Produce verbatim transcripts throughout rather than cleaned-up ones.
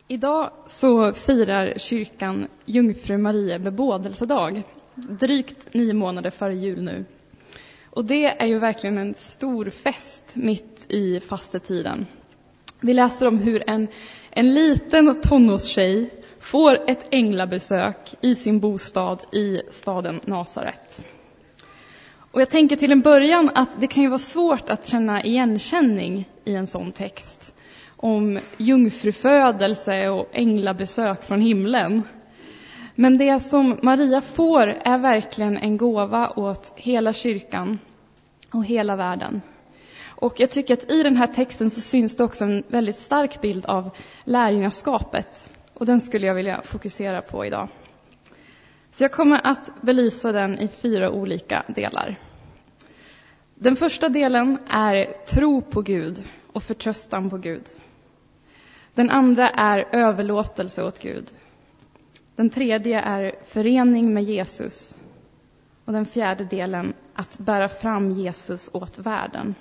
Idag så firar kyrkan Jungfru Maria bebådelsedag, drygt nio månader före jul nu. Och det är ju verkligen en stor fest mitt i fastetiden. Vi läser om hur en, en liten tonårstjej får ett änglabesök i sin bostad i staden Nasaret. Och jag tänker till en början att det kan ju vara svårt att känna igenkänning i en sån text om jungfrufödelse och änglabesök från himlen. Men det som Maria får är verkligen en gåva åt hela kyrkan och hela världen. Och jag tycker att i den här texten så syns det också en väldigt stark bild av lärjungaskapet. Och den skulle jag vilja fokusera på idag. Så jag kommer att belysa den i fyra olika delar. Den första delen är tro på Gud och förtröstan på Gud. Den andra är överlåtelse åt Gud. Den tredje är förening med Jesus. Och den fjärde delen att bära fram Jesus åt världen.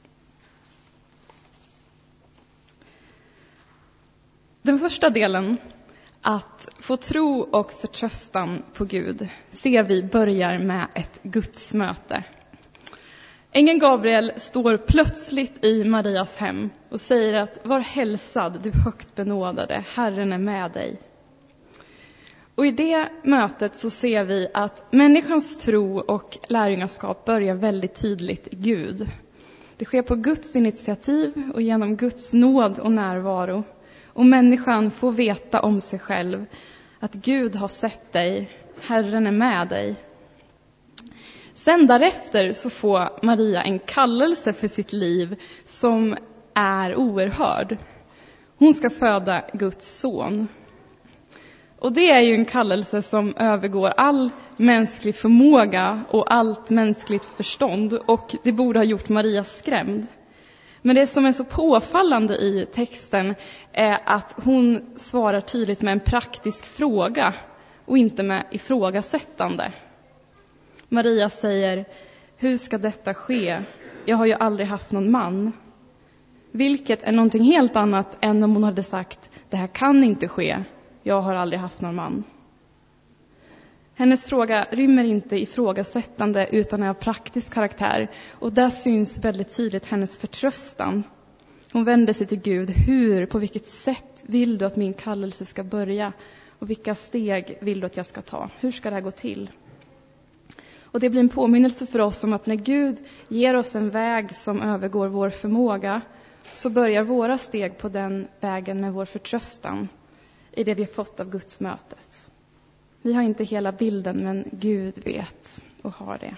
Den första delen, att få tro och förtröstan på Gud, ser vi börjar med ett gudsmöte. Ängeln Gabriel står plötsligt i Marias hem och säger att var hälsad, du högt benådade, Herren är med dig. Och i det mötet så ser vi att människans tro och lärjungaskap börjar väldigt tydligt i Gud. Det sker på Guds initiativ och genom Guds nåd och närvaro. Och människan får veta om sig själv att Gud har sett dig, Herren är med dig. Sen därefter så får Maria en kallelse för sitt liv som är oerhörd. Hon ska föda Guds son. Och det är ju en kallelse som övergår all mänsklig förmåga och allt mänskligt förstånd. Och det borde ha gjort Maria skrämd. Men det som är så påfallande i texten är att hon svarar tydligt med en praktisk fråga och inte med ifrågasättande. Maria säger, hur ska detta ske? Jag har ju aldrig haft någon man. Vilket är någonting helt annat än om hon hade sagt, det här kan inte ske. Jag har aldrig haft någon man. Hennes fråga rymmer inte ifrågasättande utan är av praktisk karaktär. Och där syns väldigt tydligt hennes förtröstan. Hon vänder sig till Gud. Hur, på vilket sätt vill du att min kallelse ska börja? Och vilka steg vill du att jag ska ta? Hur ska det här gå till? Och det blir en påminnelse för oss om att när Gud ger oss en väg som övergår vår förmåga, så börjar våra steg på den vägen med vår förtröstan i det vi har fått av Guds mötet. Vi har inte hela bilden, men Gud vet och har det.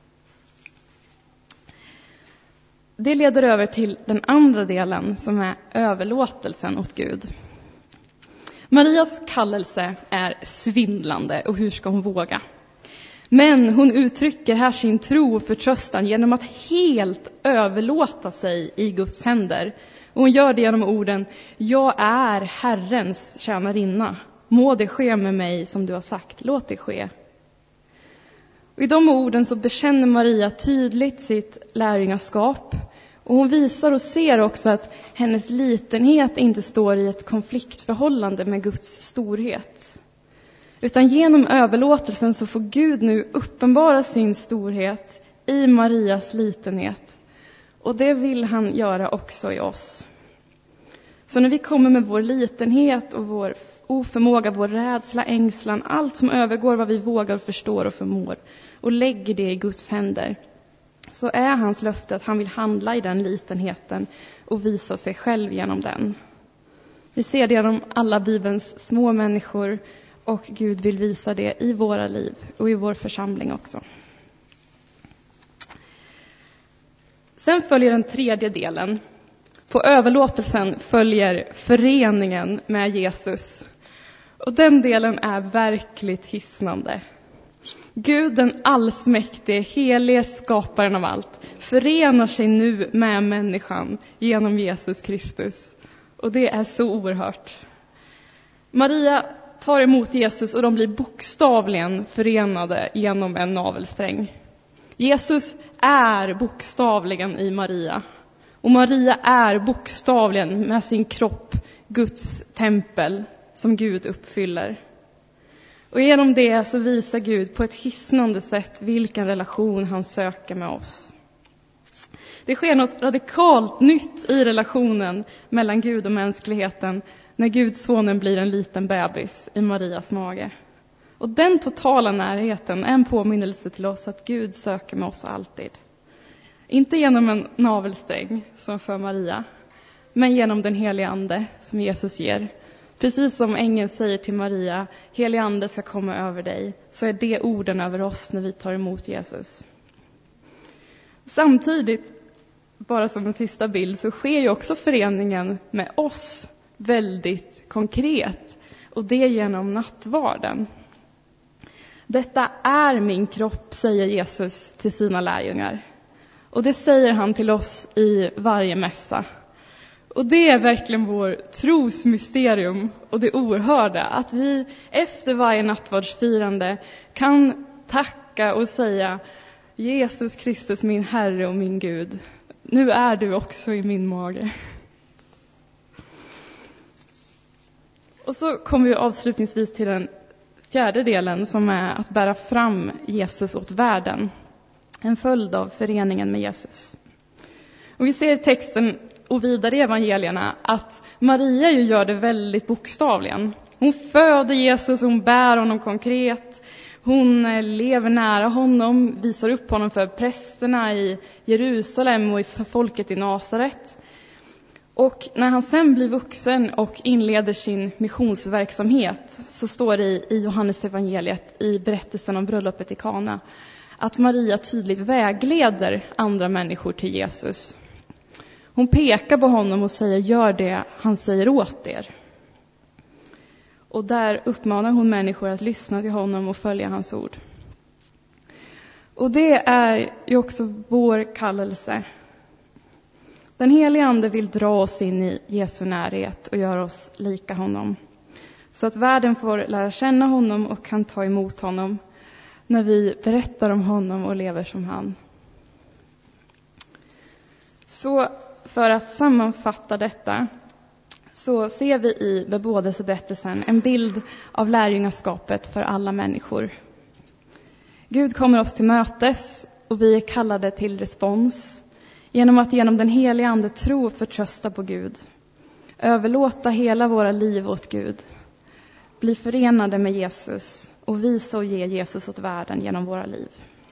Det leder över till den andra delen som är överlåtelsen åt Gud. Marias kallelse är svindlande och hur ska hon våga? Men hon uttrycker här sin tro och förtröstan genom att helt överlåta sig i Guds händer. Och hon gör det genom orden, jag är Herrens tjänarinna. Må det ske med mig som du har sagt, låt det ske. Och i de orden så bekänner Maria tydligt sitt lärjungaskap. Och hon visar och ser också att hennes litenhet inte står i ett konfliktförhållande med Guds storhet. Utan genom överlåtelsen så får Gud nu uppenbara sin storhet i Marias litenhet. Och det vill han göra också i oss. Så när vi kommer med vår litenhet och vår oförmåga, vår rädsla, ängslan, allt som övergår vad vi vågar, förstår och förmår, och lägger det i Guds händer, så är hans löfte att han vill handla i den litenheten och visa sig själv genom den. Vi ser det genom alla Bibelns små människor, och Gud vill visa det i våra liv och i vår församling också. Sen följer den tredje delen. På överlåtelsen följer föreningen med Jesus. Och den delen är verkligt hisnande. Gud den allsmäktige, helige skaparen av allt, förenar sig nu med människan genom Jesus Kristus. Och det är så oerhört. Maria tar emot Jesus och de blir bokstavligen förenade genom en navelsträng. Jesus är bokstavligen i Maria. Och Maria är bokstavligen med sin kropp Guds tempel som Gud uppfyller. Och genom det så visar Gud på ett hisnande sätt vilken relation han söker med oss. Det sker något radikalt nytt i relationen mellan Gud och mänskligheten när Gudssonen blir en liten bebis i Marias mage. Och den totala närheten är en påminnelse till oss att Gud söker med oss alltid. Inte genom en navelsträng som för Maria, men genom den heliga ande som Jesus ger. Precis som ängeln säger till Maria, heliga ande ska komma över dig, så är det orden över oss när vi tar emot Jesus. Samtidigt, bara som en sista bild, så sker ju också föreningen med oss väldigt konkret. Och det genom nattvarden. Detta är min kropp, säger Jesus till sina lärjungar. Och det säger han till oss i varje mässa. Och det är verkligen vår trosmysterium och det oerhörda. Att vi efter varje nattvardsfirande kan tacka och säga: Jesus Kristus, min Herre och min Gud. Nu är du också i min mage. Och så kommer vi avslutningsvis till den fjärde delen, som är att bära fram Jesus åt världen. En följd av föreningen med Jesus. Och vi ser i texten och vidare i evangelierna att Maria ju gör det väldigt bokstavligen. Hon föder Jesus, hon bär honom konkret. Hon lever nära honom, visar upp honom för prästerna i Jerusalem och för folket i Nasaret. Och när han sen blir vuxen och inleder sin missionsverksamhet, så står det i Johannes evangeliet i berättelsen om bröllopet i Kana att Maria tydligt vägleder andra människor till Jesus. Hon pekar på honom och säger: gör det han säger åt er. Och där uppmanar hon människor att lyssna till honom och följa hans ord. Och det är ju också vår kallelse. Den helige ande vill dra oss in i Jesu närhet och göra oss lika honom. Så att världen får lära känna honom och kan ta emot honom när vi berättar om honom och lever som han. Så för att sammanfatta detta så ser vi i bebådelseberättelsen en bild av lärjungaskapet för alla människor. Gud kommer oss till mötes och vi är kallade till respons genom att genom den heliga ande tro och förtrösta på Gud. Överlåta hela våra liv åt Gud. Bli förenade med Jesus och visa och ge Jesus åt världen genom våra liv.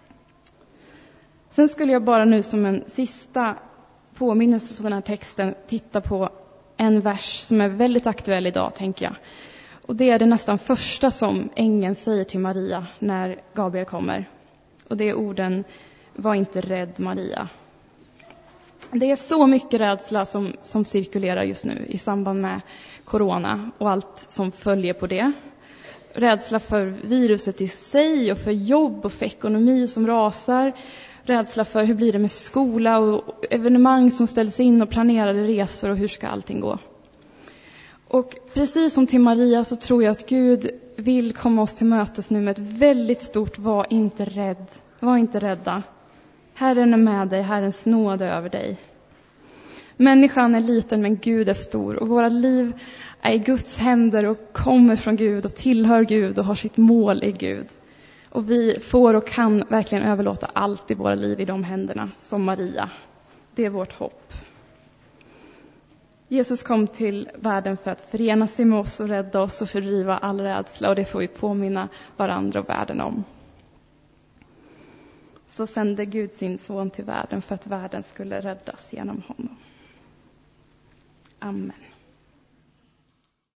Sen skulle jag bara nu som en sista påminnelse för den här texten titta på en vers som är väldigt aktuell idag, tänker jag. Och det är det nästan första som ängeln säger till Maria när Gabriel kommer. Och det är orden: var inte rädd, Maria. Det är så mycket rädsla som, som cirkulerar just nu i samband med corona och allt som följer på det. Rädsla för viruset i sig och för jobb och för ekonomi som rasar. Rädsla för hur blir det med skola och evenemang som ställs in och planerade resor och hur ska allting gå. Och precis som till Maria så tror jag att Gud vill komma oss till mötes nu med ett väldigt stort: var inte rädd, var inte rädda. Herren är med dig, Herrens nåd är över dig. Människan är liten men Gud är stor och våra liv är i Guds händer och kommer från Gud och tillhör Gud och har sitt mål i Gud. Och vi får och kan verkligen överlåta allt i våra liv i de händerna som Maria. Det är vårt hopp. Jesus kom till världen för att förena sig med oss och rädda oss och fördriva all rädsla, och det får vi påminna varandra och världen om. Så sände Gud sin son till världen för att världen skulle räddas genom honom. Amen.